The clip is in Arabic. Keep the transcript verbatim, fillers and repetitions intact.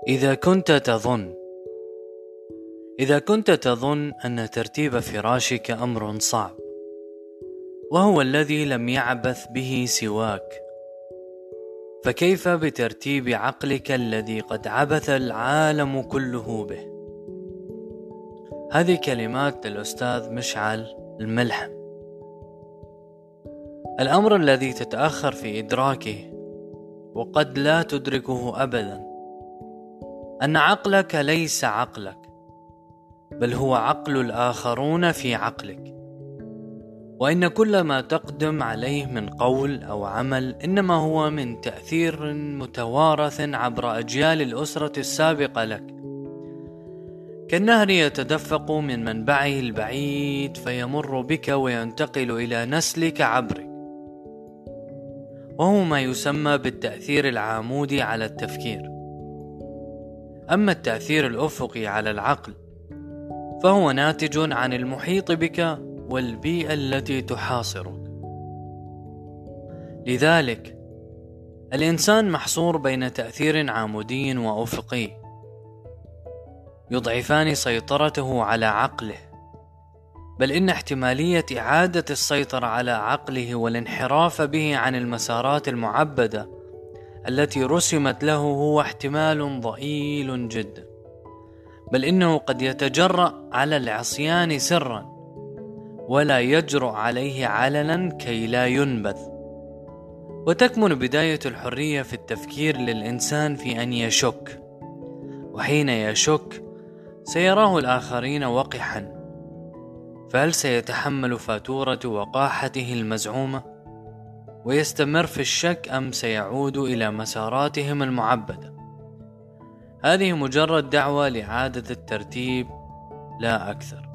إذا كنت تظن إذا كنت تظن أن ترتيب فراشك أمر صعب، وهو الذي لم يعبث به سواك، فكيف بترتيب عقلك الذي قد عبث العالم كله به؟ هذه كلمات للأستاذ مشعل الملحم. الأمر الذي تتأخر في إدراكه وقد لا تدركه أبدا أن عقلك ليس عقلك، بل هو عقل الآخرون في عقلك، وإن كل ما تقدم عليه من قول أو عمل إنما هو من تأثير متوارث عبر أجيال الأسرة السابقة لك، كالنهر يتدفق من منبعه البعيد فيمر بك وينتقل إلى نسلك عبرك، وهو ما يسمى بالتأثير العامودي على التفكير. أما التأثير الأفقي على العقل فهو ناتج عن المحيط بك والبيئة التي تحاصرك. لذلك الإنسان محصور بين تأثير عامودي وأفقي يضعفان سيطرته على عقله، بل إن احتمالية إعادة السيطرة على عقله والانحراف به عن المسارات المعبدة التي رسمت له هو احتمال ضئيل جدا، بل إنه قد يتجرأ على العصيان سرا ولا يجرؤ عليه علنا كي لا ينبذ. وتكمن بداية الحرية في التفكير للإنسان في أن يشك، وحين يشك سيراه الآخرين وقحا، فهل سيتحمل فاتورة وقاحته المزعومة ويستمر في الشك، أم سيعود إلى مساراتهم المعبدة؟ هذه مجرد دعوة لإعادة الترتيب لا أكثر.